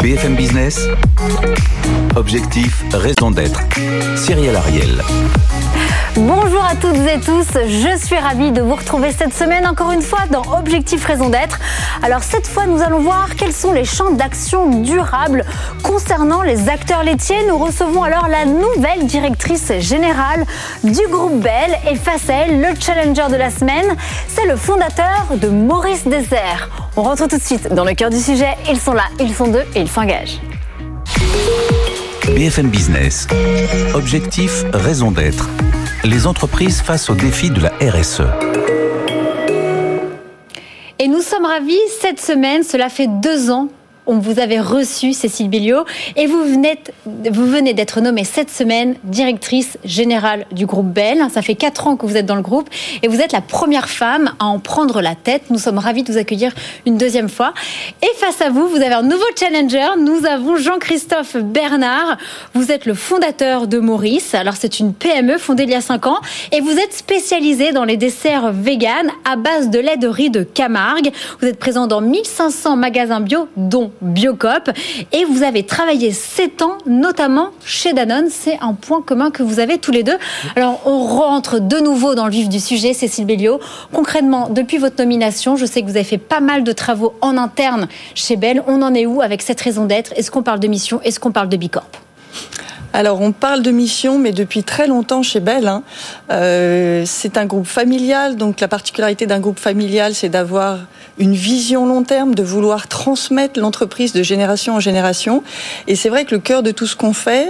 BFM Business, objectif, raison d'être. Cyril Ariel. Bonjour à toutes et tous, je suis ravie de vous retrouver cette semaine encore une fois dans Objectif Raison d'être. Alors cette fois nous allons voir quels sont les champs d'action durables concernant les acteurs laitiers. Nous recevons alors la nouvelle directrice générale du groupe Bell et face à elle, le challenger de la semaine, c'est le fondateur de Maurice Dessert. On rentre tout de suite dans le cœur du sujet, ils sont là, ils sont deux et ils s'engagent. BFM Business, objectif, raison d'être. Les entreprises face aux défis de la RSE. Et nous sommes ravis cette semaine, cela fait 2 ans. On vous avait reçu, Cécile Billiot, et vous venez d'être nommée cette semaine directrice générale du groupe Bell. Ça fait 4 ans que vous êtes dans le groupe et vous êtes la première femme à en prendre la tête. Nous sommes ravis de vous accueillir une deuxième fois. Et face à vous, vous avez un nouveau challenger. Nous avons Jean-Christophe Bernard. Vous êtes le fondateur de Maurice. Alors, c'est une PME fondée il y a 5 ans et vous êtes spécialisé dans les desserts véganes à base de lait de riz de Camargue. Vous êtes présent dans 1500 magasins bio, dont Biocoop, et vous avez travaillé 7 ans, notamment chez Danone. C'est un point commun que vous avez tous les deux. Alors, on rentre de nouveau dans le vif du sujet, Cécile Billiot. Concrètement, depuis votre nomination, je sais que vous avez fait pas mal de travaux en interne chez Bell. On en est où avec cette raison d'être? Est-ce qu'on parle de mission? Est-ce qu'on parle de Bicorp? Alors, on parle de mission, mais depuis très longtemps chez Bell. C'est un groupe familial, donc la particularité d'un groupe familial, c'est d'avoir une vision long terme, de vouloir transmettre l'entreprise de génération en génération. Et c'est vrai que le cœur de tout ce qu'on fait,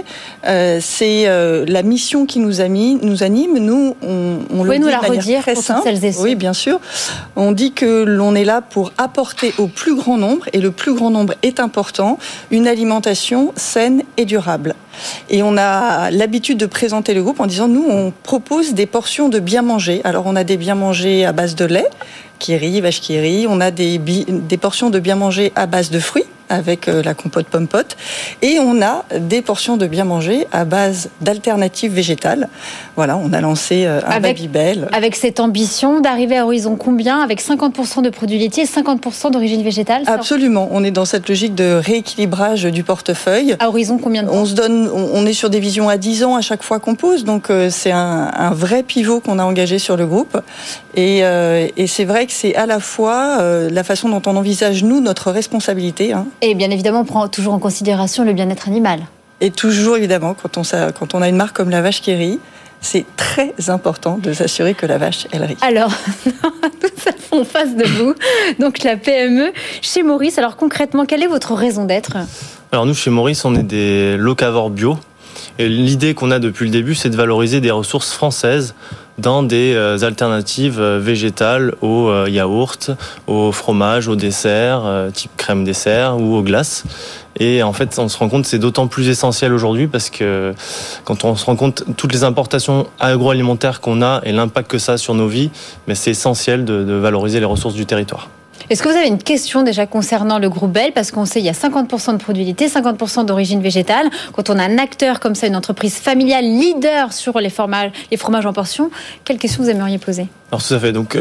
c'est la mission qui nous anime. Nous, on le dit de manière très simple. Oui, bien sûr. On dit que l'on est là pour apporter au plus grand nombre, et le plus grand nombre est important, une alimentation saine et durable. Et on a l'habitude de présenter le groupe en disant, nous, on propose des portions de bien manger. Alors, on a des bien manger à base de lait, Kiri, vache Kiri. On a des portions de bien manger à base de fruits, avec la compote pomme-pote. Et on a des portions de bien manger à base d'alternatives végétales. Voilà, on a lancé un Babybel. Avec cette ambition d'arriver à horizon combien? Avec 50% de produits laitiers et 50% d'origine végétale? Absolument. On est dans cette logique de rééquilibrage du portefeuille. À horizon combien de temps? On est sur des visions à 10 ans à chaque fois qu'on pose. Donc, c'est un vrai pivot qu'on a engagé sur le groupe. Et c'est vrai que c'est à la fois la façon dont on envisage, nous, notre responsabilité. Et bien évidemment, on prend toujours en considération le bien-être animal. Et toujours, évidemment, quand on a une marque comme la vache qui rit, c'est très important de s'assurer que la vache, elle rit. Alors, tout ça en face de vous, donc la PME chez Maurice. Alors concrètement, quelle est votre raison d'être? Alors nous, chez Maurice, on est des locavores bio. Et l'idée qu'on a depuis le début, c'est de valoriser des ressources françaises dans des alternatives végétales aux yaourts, aux fromages, aux desserts, type crème dessert ou aux glaces. Et en fait, on se rend compte que c'est d'autant plus essentiel aujourd'hui parce que quand on se rend compte toutes les importations agroalimentaires qu'on a et l'impact que ça a sur nos vies, mais c'est essentiel de valoriser les ressources du territoire. Est-ce que vous avez une question déjà concernant le groupe Bell? Parce qu'on sait qu'il y a 50% de produits laitiers, 50% d'origine végétale. Quand on a un acteur comme ça, une entreprise familiale leader sur les fromages en portion, quelle question vous aimeriez poser? Alors tout à fait. Donc,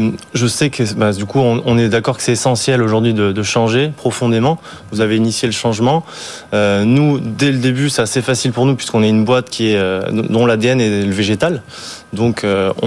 je sais que du coup, on est d'accord que c'est essentiel aujourd'hui de changer profondément. Vous avez initié le changement. Nous, dès le début, c'est assez facile pour nous puisqu'on est une boîte dont l'ADN est le végétal. Donc,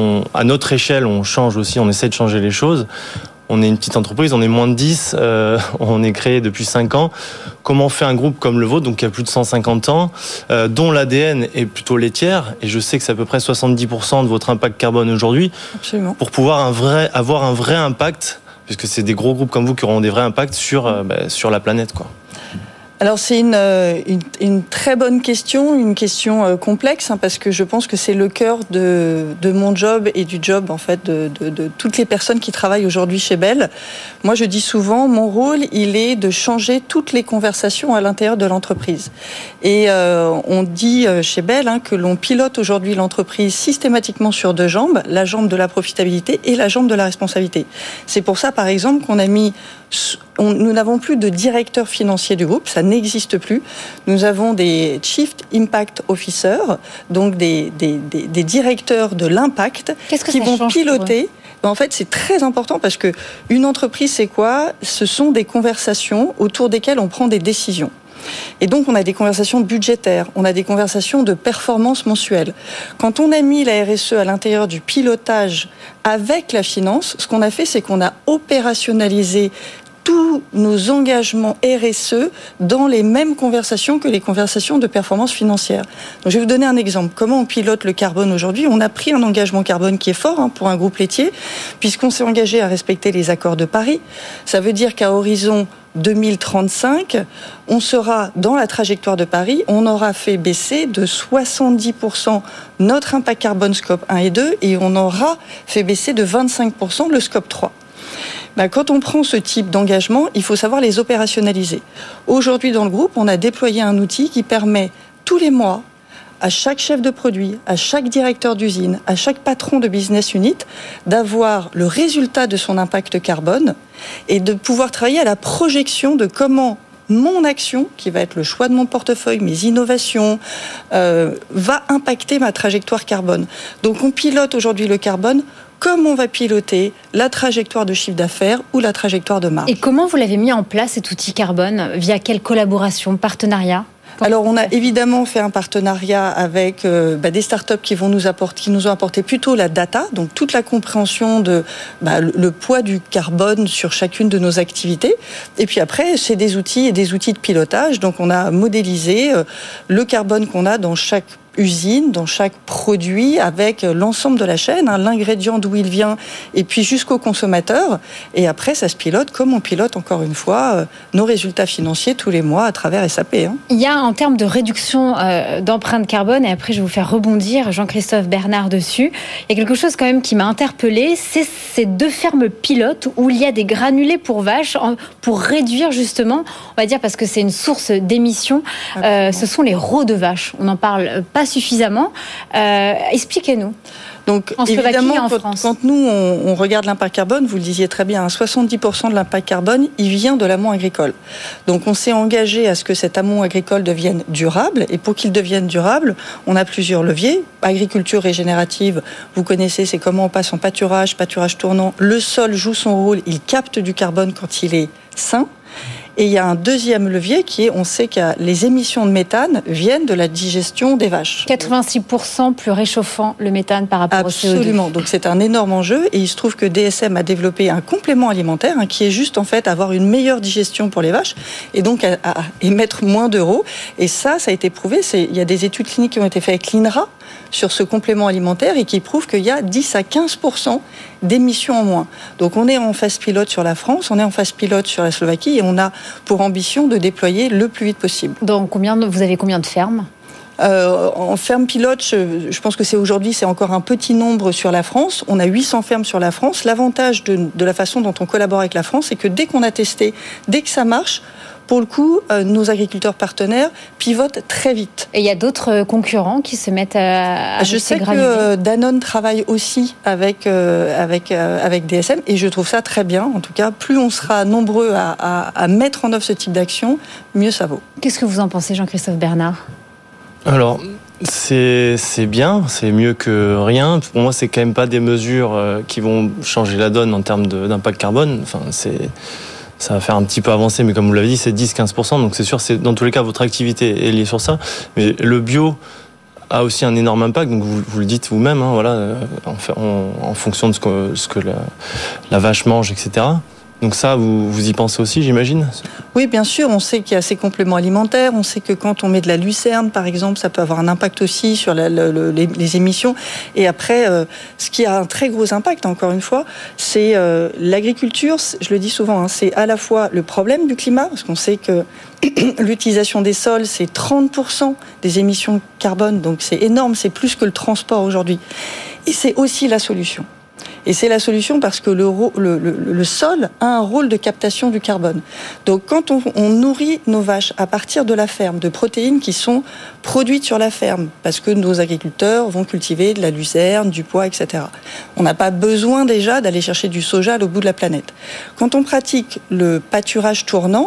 à notre échelle, on change aussi. On essaie de changer les choses. On est une petite entreprise, on est moins de 10, on est créé depuis 5 ans. Comment on fait un groupe comme le vôtre, donc qui a plus de 150 ans, dont l'ADN est plutôt laitière, et je sais que c'est à peu près 70% de votre impact carbone aujourd'hui. Absolument. Pour pouvoir avoir un vrai impact, puisque c'est des gros groupes comme vous qui auront des vrais impacts sur la planète, quoi. Alors c'est une très bonne question, une question complexe, parce que je pense que c'est le cœur de mon job et du job en fait de toutes les personnes qui travaillent aujourd'hui chez Bell. Moi je dis souvent, mon rôle il est de changer toutes les conversations à l'intérieur de l'entreprise. Et on dit chez Bell que l'on pilote aujourd'hui l'entreprise systématiquement sur 2 jambes, la jambe de la profitabilité et la jambe de la responsabilité. C'est pour ça par exemple qu'on a mis nous n'avons plus de directeur financier du groupe, ça n'existe plus. Nous avons des Chief Impact Officers, donc des directeurs de l'impact qui vont piloter En fait, c'est très important parce que une entreprise, c'est quoi ? Ce sont des conversations autour desquelles on prend des décisions. Et donc, on a des conversations budgétaires, on a des conversations de performance mensuelle. Quand on a mis la RSE à l'intérieur du pilotage avec la finance, ce qu'on a fait, c'est qu'on a opérationnalisé tous nos engagements RSE dans les mêmes conversations que les conversations de performance financière. Donc, je vais vous donner un exemple. Comment on pilote le carbone aujourd'hui ? On a pris un engagement carbone qui est fort pour un groupe laitier, puisqu'on s'est engagé à respecter les accords de Paris. Ça veut dire qu'à horizon 2035, on sera dans la trajectoire de Paris, on aura fait baisser de 70% notre impact carbone scope 1 et 2 et on aura fait baisser de 25% le scope 3. Quand on prend ce type d'engagement, il faut savoir les opérationnaliser. Aujourd'hui, dans le groupe, on a déployé un outil qui permet tous les mois à chaque chef de produit, à chaque directeur d'usine, à chaque patron de business unit, d'avoir le résultat de son impact carbone et de pouvoir travailler à la projection de comment mon action, qui va être le choix de mon portefeuille, mes innovations, va impacter ma trajectoire carbone. Donc on pilote aujourd'hui le carbone comme on va piloter la trajectoire de chiffre d'affaires ou la trajectoire de marge. Et comment vous l'avez mis en place, cet outil carbone ? Via quelle collaboration, partenariat ? Alors, on a évidemment fait un partenariat avec des startups qui nous ont apporté plutôt la data, donc toute la compréhension de le poids du carbone sur chacune de nos activités. Et puis après, c'est des outils et des outils de pilotage. Donc, on a modélisé le carbone qu'on a dans chaque usine, dans chaque produit, avec l'ensemble de la chaîne, l'ingrédient d'où il vient, et puis jusqu'au consommateur. Et après, ça se pilote comme on pilote, encore une fois, nos résultats financiers tous les mois à travers SAP. Il y a, en termes de réduction d'empreinte carbone, et après je vais vous faire rebondir, Jean-Christophe Bernard, dessus, il y a quelque chose quand même qui m'a interpellée, c'est ces 2 fermes pilotes où il y a des granulés pour vaches, pour réduire justement, on va dire, parce que c'est une source d'émissions, ce sont les rots de vaches. On n'en parle pas suffisamment. Expliquez-nous. Donc, en Slovaquie évidemment, et en France. Quand nous, on regarde l'impact carbone, vous le disiez très bien, 70% de l'impact carbone, il vient de l'amont agricole. Donc, on s'est engagé à ce que cet amont agricole devienne durable. Et pour qu'il devienne durable, on a plusieurs leviers. Agriculture régénérative, vous connaissez, c'est comment on passe en pâturage tournant. Le sol joue son rôle, il capte du carbone quand il est sain. Et il y a un deuxième levier qui est, on sait que les émissions de méthane viennent de la digestion des vaches. 86% plus réchauffant le méthane par rapport au CO2. Absolument. Donc c'est un énorme enjeu et il se trouve que DSM a développé un complément alimentaire qui est juste en fait avoir une meilleure digestion pour les vaches et donc à émettre moins d'euros. Et ça a été prouvé. Il y a des études cliniques qui ont été faites avec l'INRA sur ce complément alimentaire et qui prouvent qu'il y a 10 à 15% d'émissions en moins. Donc on est en phase pilote sur la France, on est en phase pilote sur la Slovaquie et on a pour ambition de déployer le plus vite possible. Donc vous avez combien de fermes ? En ferme pilote, je pense que c'est encore un petit nombre sur la France. On a 800 fermes sur la France. L'avantage de la façon dont on collabore avec la France, c'est que dès qu'on a testé, dès que ça marche, pour le coup, nos agriculteurs partenaires pivotent très vite. Et il y a d'autres concurrents qui se mettent à Je sais que Danone travaille aussi avec DSM et je trouve ça très bien. En tout cas, plus on sera nombreux à mettre en œuvre ce type d'action, mieux ça vaut. Qu'est-ce que vous en pensez, Jean-Christophe Bernard ? Alors, c'est bien, c'est mieux que rien. Pour moi, c'est quand même pas des mesures qui vont changer la donne en termes d'impact carbone. Enfin, ça va faire un petit peu avancer, mais comme vous l'avez dit, c'est 10-15%. Donc c'est sûr, dans tous les cas, votre activité est liée sur ça. Mais le bio a aussi un énorme impact. Donc vous le dites vous-même, en fonction de ce que la vache mange, etc. Donc ça, vous y pensez aussi, j'imagine ? Oui, bien sûr. On sait qu'il y a ces compléments alimentaires. On sait que quand on met de la lucerne, par exemple, ça peut avoir un impact aussi sur les émissions. Et après, ce qui a un très gros impact, encore une fois, c'est l'agriculture. Je le dis souvent, c'est à la fois le problème du climat, parce qu'on sait que l'utilisation des sols, c'est 30% des émissions carbone. Donc c'est énorme, c'est plus que le transport aujourd'hui. Et c'est aussi la solution. Et c'est la solution parce que le sol a un rôle de captation du carbone. Donc quand on nourrit nos vaches à partir de la ferme, de protéines qui sont produites sur la ferme, parce que nos agriculteurs vont cultiver de la lucerne, du pois, etc. On n'a pas besoin déjà d'aller chercher du soja à l'autre bout de la planète. Quand on pratique le pâturage tournant,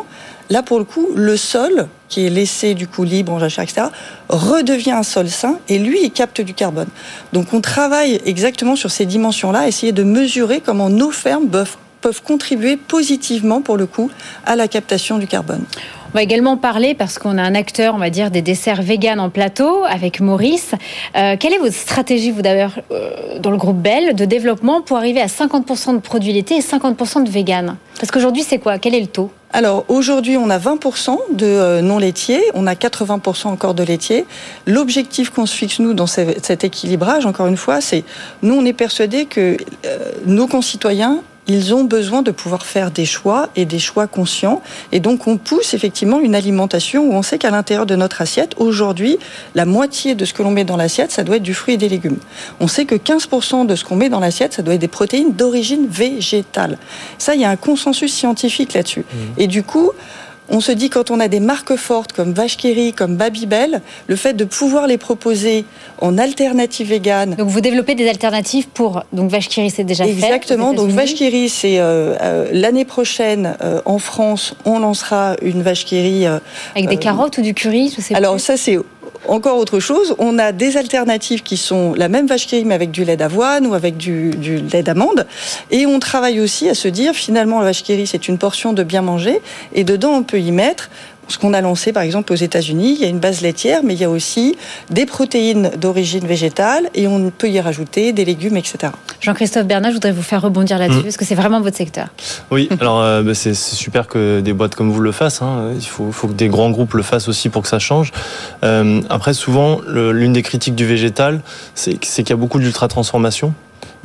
Là, pour le coup, le sol, qui est laissé du coup libre en jachère, etc., redevient un sol sain et lui, il capte du carbone. Donc on travaille exactement sur ces dimensions-là, essayer de mesurer comment nos fermes peuvent contribuer positivement, pour le coup, à la captation du carbone. On va également parler, parce qu'on a un acteur, on va dire, des desserts véganes en plateau, avec Maurice. Quelle est votre stratégie, vous d'ailleurs, dans le groupe Bell, de développement pour arriver à 50% de produits laitiers et 50% de véganes ? Parce qu'aujourd'hui, c'est quoi ? Quel est le taux ? Alors aujourd'hui, on a 20% de non laitiers, on a 80% encore de laitiers. L'objectif qu'on se fixe, nous, dans cet équilibrage, encore une fois, c'est, nous, on est persuadés que nos concitoyens, ils ont besoin de pouvoir faire des choix et des choix conscients. Et donc, on pousse effectivement une alimentation où on sait qu'à l'intérieur de notre assiette, aujourd'hui, la moitié de ce que l'on met dans l'assiette, ça doit être du fruit et des légumes. On sait que 15% de ce qu'on met dans l'assiette, ça doit être des protéines d'origine végétale. Ça, il y a un consensus scientifique là-dessus. Et du coup, on se dit, quand on a des marques fortes comme Vache qui rit, comme Babybel, le fait de pouvoir les proposer en alternative végane. Donc vous développez des alternatives pour... Donc Vache qui rit, c'est déjà fait. Exactement. Donc Vache qui rit, c'est l'année prochaine, en France, on lancera une Vache qui rit... avec des carottes ou du curry, je sais pas. Alors ça, c'est encore autre chose. On a des alternatives qui sont la même Vache qui rit, mais avec du lait d'avoine ou avec du lait d'amande. Et on travaille aussi à se dire, finalement, la Vache qui rit, c'est une portion de bien manger. Et dedans, on peut y mettre ce qu'on a lancé, par exemple, aux États-Unis. Il y a une base laitière, mais il y a aussi des protéines d'origine végétale et on peut y rajouter des légumes, etc. Jean-Christophe Bernat, je voudrais vous faire rebondir là-dessus, parce que c'est vraiment votre secteur. Oui, alors c'est super que des boîtes comme vous le fassent. Il faut que des grands groupes le fassent aussi pour que ça change. Après, souvent, l'une des critiques du végétal, c'est qu'il y a beaucoup d'ultra-transformation.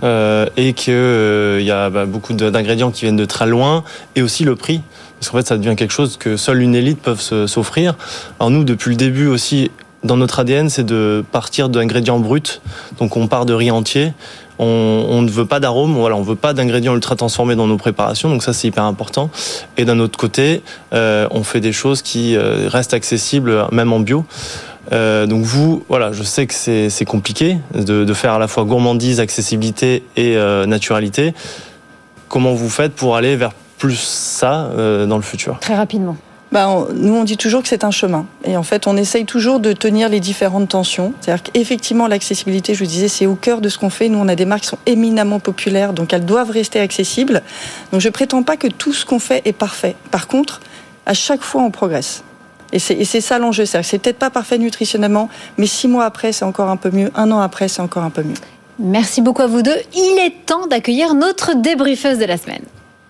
Et qu'il y a beaucoup d'ingrédients qui viennent de très loin, et aussi le prix. Parce qu'en fait, ça devient quelque chose que seule une élite peut s'offrir. Alors nous, depuis le début aussi, dans notre ADN, c'est de partir d'ingrédients bruts. Donc on part de riz entier. On ne veut pas d'arômes, on veut pas d'ingrédients ultra transformés dans nos préparations, donc ça c'est hyper important. Et d'un autre côté, on fait des choses qui restent accessibles, même en bio. Donc vous, je sais que c'est compliqué de faire à la fois gourmandise, accessibilité et naturalité. Comment vous faites pour aller vers plus ça dans le futur ? Très rapidement. Nous, on dit toujours que c'est un chemin. Et en fait, on essaye toujours de tenir les différentes tensions. C'est-à-dire qu'effectivement, l'accessibilité, je vous disais, c'est au cœur de ce qu'on fait. Nous, on a des marques qui sont éminemment populaires, donc elles doivent rester accessibles. Donc je ne prétends pas que tout ce qu'on fait est parfait. Par contre, à chaque fois, on progresse. Et c'est ça l'enjeu. C'est-à-dire que c'est peut-être pas parfait nutritionnellement, mais 6 mois après, c'est encore un peu mieux. 1 an après, c'est encore un peu mieux. Merci beaucoup à vous deux. Il est temps d'accueillir notre débriefeuse de la semaine.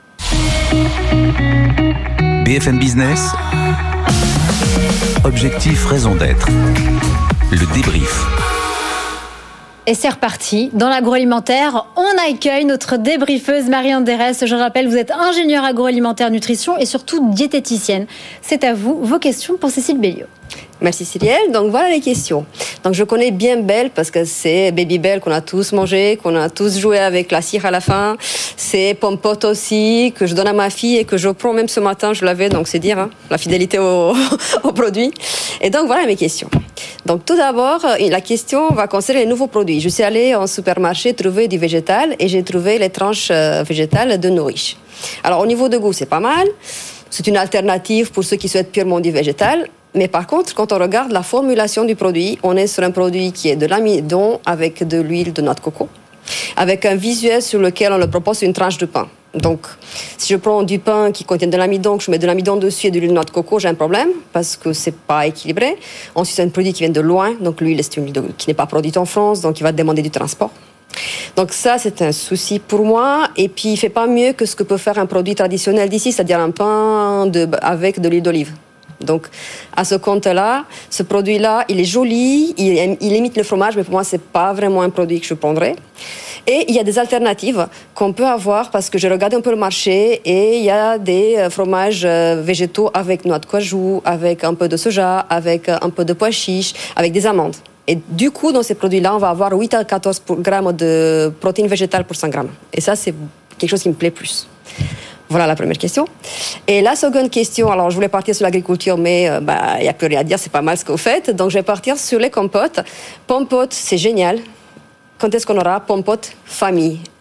BFM Business, Objectif Raison d'être, le débrief. Et c'est reparti. Dans l'agroalimentaire, on accueille notre débriefeuse Marianne Derès. Je rappelle, vous êtes ingénieure agroalimentaire nutrition et surtout diététicienne. C'est à vous, vos questions pour Cécile Belliot. Merci Cyrielle. Donc voilà les questions. Donc je connais bien Bell parce que c'est Babybel qu'on a tous mangé, qu'on a tous joué avec la cire à la fin. C'est Pompote aussi que je donne à ma fille et que je prends même ce matin, je l'avais, donc c'est dire la fidélité au produit. Et donc voilà mes questions. Donc tout d'abord, la question va concerner les nouveaux produits. Je suis allée en supermarché trouver du végétal et j'ai trouvé les tranches végétales de Nourish. Alors au niveau de goût, c'est pas mal. C'est une alternative pour ceux qui souhaitent purement du végétal. Mais par contre, quand on regarde la formulation du produit, on est sur un produit qui est de l'amidon avec de l'huile de noix de coco, avec un visuel sur lequel on le propose une tranche de pain. Donc, si je prends du pain qui contient de l'amidon, que je mets de l'amidon dessus et de l'huile de noix de coco, j'ai un problème parce que c'est pas équilibré. Ensuite, c'est un produit qui vient de loin, donc l'huile c'est une huile qui n'est pas produite en France, donc il va demander du transport. Donc ça, c'est un souci pour moi. Et puis, il fait pas mieux que ce que peut faire un produit traditionnel d'ici, c'est-à-dire un pain avec de l'huile d'olive. Donc, à ce compte-là, ce produit-là, il est joli, il imite le fromage, mais pour moi, c'est pas vraiment un produit que je prendrais. Et il y a des alternatives qu'on peut avoir parce que j'ai regardé un peu le marché et il y a des fromages végétaux avec noix de cajou, avec un peu de soja, avec un peu de pois chiches, avec des amandes. Et du coup, dans ces produits-là, on va avoir 8 à 14 grammes de protéines végétales pour 100 grammes. Et ça, c'est quelque chose qui me plaît plus. Voilà la première question. Et la seconde question, alors je voulais partir sur l'agriculture, mais il n'y a plus rien à dire, c'est pas mal ce que vous faites. Donc je vais partir sur les compotes. Pompote, c'est génial. Quand est-ce qu'on aura Pompote famille?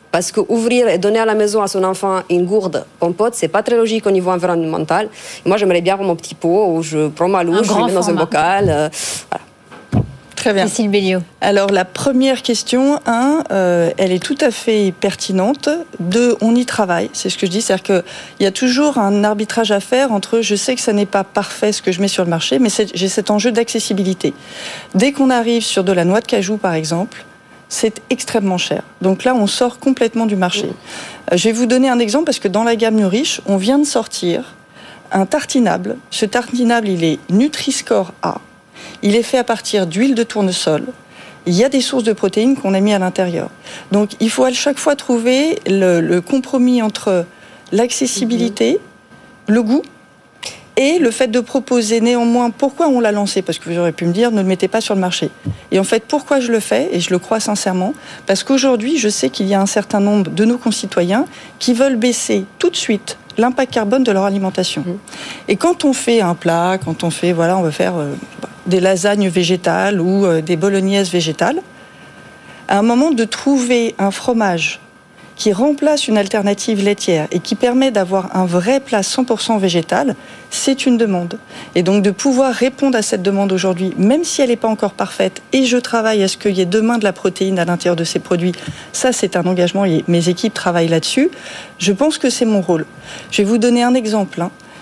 Parce que ouvrir et donner à la maison à son enfant une gourde pompote, c'est pas très logique au niveau environnemental. Moi, j'aimerais bien avoir mon petit pot où je prends ma louche, je le mets dans un bocal. Voilà. Très bien. Cécile Belliot. Alors la première question, elle est tout à fait pertinente. 2, on y travaille, c'est ce que je dis, c'est-à-dire qu'il y a toujours un arbitrage à faire entre je sais que ça n'est pas parfait ce que je mets sur le marché, mais j'ai cet enjeu d'accessibilité. Dès qu'on arrive sur de la noix de cajou par exemple, c'est extrêmement cher. Donc là, on sort complètement du marché. Je vais vous donner un exemple parce que dans la gamme Nourish, on vient de sortir un tartinable. Ce tartinable, il est Nutri-Score A. Il est fait à partir d'huile de tournesol. Il y a des sources de protéines qu'on a mis à l'intérieur. Donc, il faut à chaque fois trouver le compromis entre l'accessibilité, le goût et le fait de proposer néanmoins pourquoi on l'a lancé. Parce que vous aurez pu me dire, ne le mettez pas sur le marché. Et en fait, pourquoi je le fais, et je le crois sincèrement, parce qu'aujourd'hui, je sais qu'il y a un certain nombre de nos concitoyens qui veulent baisser tout de suite l'impact carbone de leur alimentation. Et quand on fait un plat, quand on fait, on va faire des lasagnes végétales ou des bolognaises végétales, à un moment de trouver un fromage qui remplace une alternative laitière et qui permet d'avoir un vrai plat 100% végétal, c'est une demande. Et donc de pouvoir répondre à cette demande aujourd'hui, même si elle n'est pas encore parfaite, et je travaille à ce qu'il y ait demain de la protéine à l'intérieur de ces produits, ça c'est un engagement et mes équipes travaillent là-dessus, je pense que c'est mon rôle. Je vais vous donner un exemple.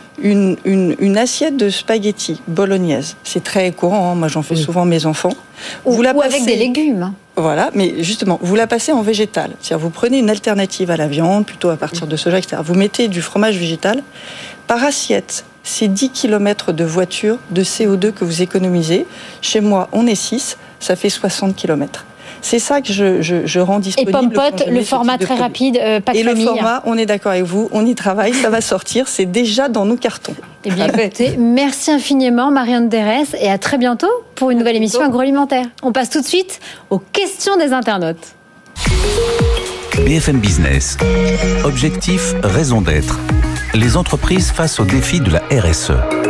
Une assiette de spaghettis bolognaise, c'est très courant, moi j'en fais souvent à mes enfants. Ou avec des légumes. Voilà, mais justement, vous la passez en végétal. C'est-à-dire, vous prenez une alternative à la viande, plutôt à partir de soja, etc. Vous mettez du fromage végétal. Par assiette, c'est 10 km de voiture de CO2 que vous économisez. Chez moi, on est 6, ça fait 60 km. C'est ça que je rends disponible. Et Pompote, le format très rapide, pas de famille. Et le format, on est d'accord avec vous, on y travaille, ça va sortir, c'est déjà dans nos cartons. Eh bien, écoutez, merci infiniment Marianne Derès et à très bientôt pour une nouvelle émission agroalimentaire. On passe tout de suite aux questions des internautes. BFM Business. Objectif, raison d'être. Les entreprises face aux défis de la RSE.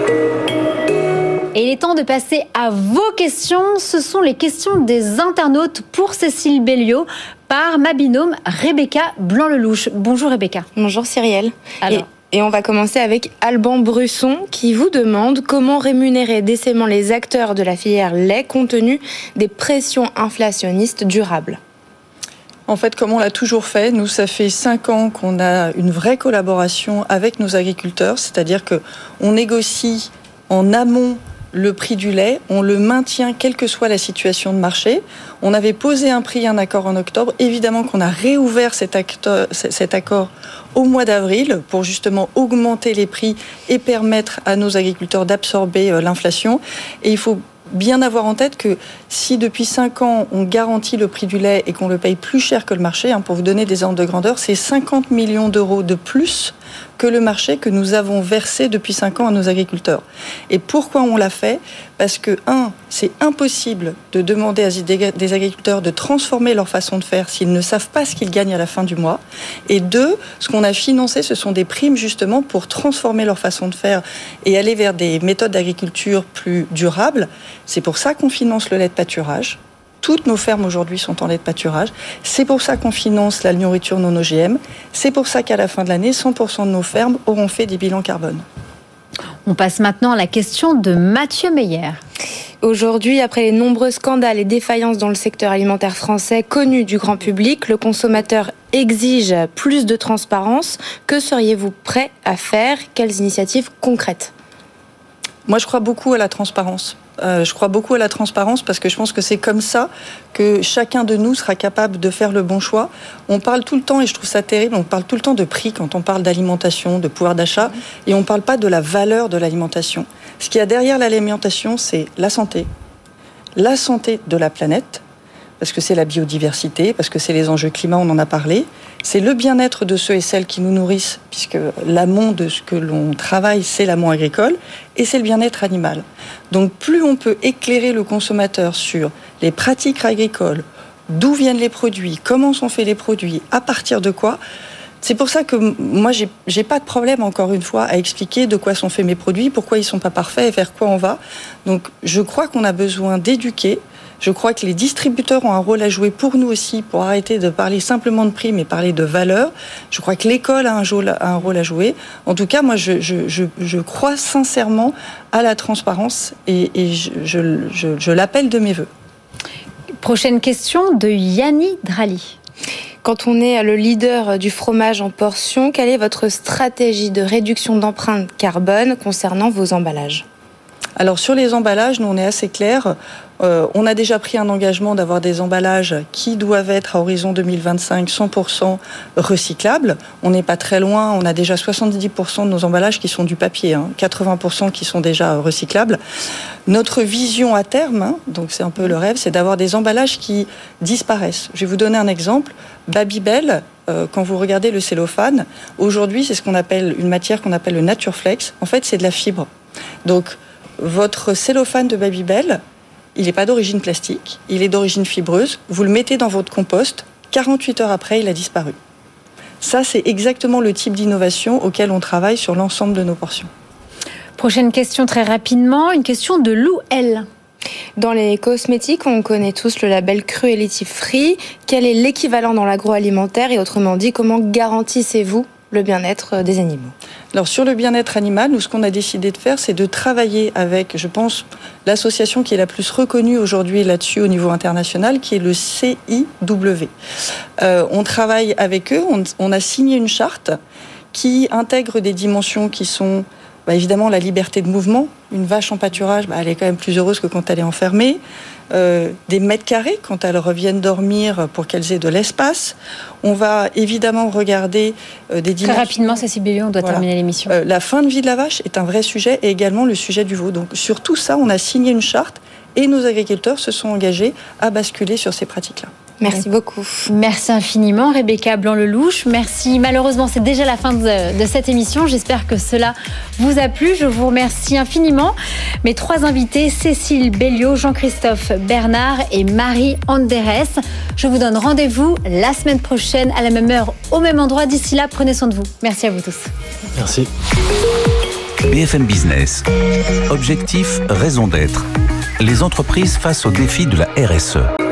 Et il est temps de passer à vos questions. Ce sont les questions des internautes pour Cécile Belliot par ma binôme Rebecca Blanc-Lelouch. Bonjour Rebecca. Bonjour Cyrielle. Alors. Et on va commencer avec Alban Brusson qui vous demande comment rémunérer décemment les acteurs de la filière lait compte tenu des pressions inflationnistes durables. En fait, comme on l'a toujours fait, nous, ça fait 5 ans qu'on a une vraie collaboration avec nos agriculteurs, c'est-à-dire qu'on négocie en amont le prix du lait, on le maintient quelle que soit la situation de marché. On avait posé un prix, un accord en octobre. Évidemment qu'on a réouvert cet accord au mois d'avril pour justement augmenter les prix et permettre à nos agriculteurs d'absorber l'inflation. Et il faut bien avoir en tête que si depuis 5 ans on garantit le prix du lait et qu'on le paye plus cher que le marché, pour vous donner des ordres de grandeur, c'est 50 millions d'euros de plus que le marché que nous avons versé depuis 5 ans à nos agriculteurs. Et pourquoi on l'a fait ? Parce que, c'est impossible de demander à des agriculteurs de transformer leur façon de faire s'ils ne savent pas ce qu'ils gagnent à la fin du mois. Et 2, ce qu'on a financé, ce sont des primes justement pour transformer leur façon de faire et aller vers des méthodes d'agriculture plus durables. C'est pour ça qu'on finance le lait de pâturage. Toutes nos fermes aujourd'hui sont en lait de pâturage. C'est pour ça qu'on finance la nourriture non OGM. C'est pour ça qu'à la fin de l'année, 100% de nos fermes auront fait des bilans carbone. On passe maintenant à la question de Mathieu Meyer. Aujourd'hui, après les nombreux scandales et défaillances dans le secteur alimentaire français connus du grand public, le consommateur exige plus de transparence. Que seriez-vous prêt à faire ? Quelles initiatives concrètes ? Moi, je crois beaucoup à la transparence. Je crois beaucoup à la transparence parce que je pense que c'est comme ça que chacun de nous sera capable de faire le bon choix. On parle tout le temps, et je trouve ça terrible, on parle tout le temps de prix quand on parle d'alimentation, de pouvoir d'achat, et on ne parle pas de la valeur de l'alimentation. Ce qu'il y a derrière l'alimentation, c'est la santé de la planète, parce que c'est la biodiversité, parce que c'est les enjeux climat, on en a parlé. C'est le bien-être de ceux et celles qui nous nourrissent, puisque l'amont de ce que l'on travaille, c'est l'amont agricole, et c'est le bien-être animal. Donc plus on peut éclairer le consommateur sur les pratiques agricoles, d'où viennent les produits, comment sont faits les produits, à partir de quoi. C'est pour ça que moi, j'ai pas de problème, encore une fois, à expliquer de quoi sont faits mes produits, pourquoi ils sont pas parfaits et vers quoi on va. Donc je crois qu'on a besoin d'éduquer Je crois que les distributeurs ont un rôle à jouer pour nous aussi, pour arrêter de parler simplement de prix, mais parler de valeur. Je crois que l'école a un rôle à jouer. En tout cas, moi, je crois sincèrement à la transparence et je l'appelle de mes voeux. Prochaine question de Yanni Drali. Quand on est le leader du fromage en portion, quelle est votre stratégie de réduction d'empreinte carbone concernant vos emballages ? Alors sur les emballages, nous on est assez clair. On a déjà pris un engagement d'avoir des emballages qui doivent être à horizon 2025 100% recyclables. On n'est pas très loin, on a déjà 70% de nos emballages qui sont du papier, 80% qui sont déjà recyclables. Notre vision à terme, donc c'est un peu le rêve, c'est d'avoir des emballages qui disparaissent. Je vais vous donner un exemple. Babybel, quand vous regardez le cellophane, aujourd'hui c'est ce qu'on appelle une matière qu'on appelle le Natureflex. En fait c'est de la fibre. Donc votre cellophane de Babybel, il n'est pas d'origine plastique, il est d'origine fibreuse. Vous le mettez dans votre compost, 48 heures après, il a disparu. Ça, c'est exactement le type d'innovation auquel on travaille sur l'ensemble de nos portions. Prochaine question très rapidement, une question de Lou L. Dans les cosmétiques, on connaît tous le label Cruelty Free. Quel est l'équivalent dans l'agroalimentaire et autrement dit, comment garantissez-vous le bien-être des animaux ? Alors sur le bien-être animal, nous ce qu'on a décidé de faire, c'est de travailler avec, je pense, l'association qui est la plus reconnue aujourd'hui là-dessus au niveau international, qui est le CIW. On travaille avec eux, on a signé une charte qui intègre des dimensions qui sont évidemment la liberté de mouvement. Une vache en pâturage, elle est quand même plus heureuse que quand elle est enfermée. Des mètres carrés quand elles reviennent dormir pour qu'elles aient de l'espace. On va évidemment regarder des dimensions. Très rapidement, Cécile Belliot, on doit terminer l'émission. La fin de vie de la vache est un vrai sujet et également le sujet du veau. Donc sur tout ça, on a signé une charte et nos agriculteurs se sont engagés à basculer sur ces pratiques-là. Merci beaucoup. Merci infiniment, Rebecca Blanc-Lelouch. Merci. Malheureusement, c'est déjà la fin de cette émission. J'espère que cela vous a plu. Je vous remercie infiniment. Mes 3 invités, Cécile Belliot, Jean-Christophe Bernard et Marie Anderes. Je vous donne rendez-vous la semaine prochaine à la même heure, au même endroit. D'ici là, prenez soin de vous. Merci à vous tous. Merci. BFM Business. Objectif, raison d'être. Les entreprises face aux défis de la RSE.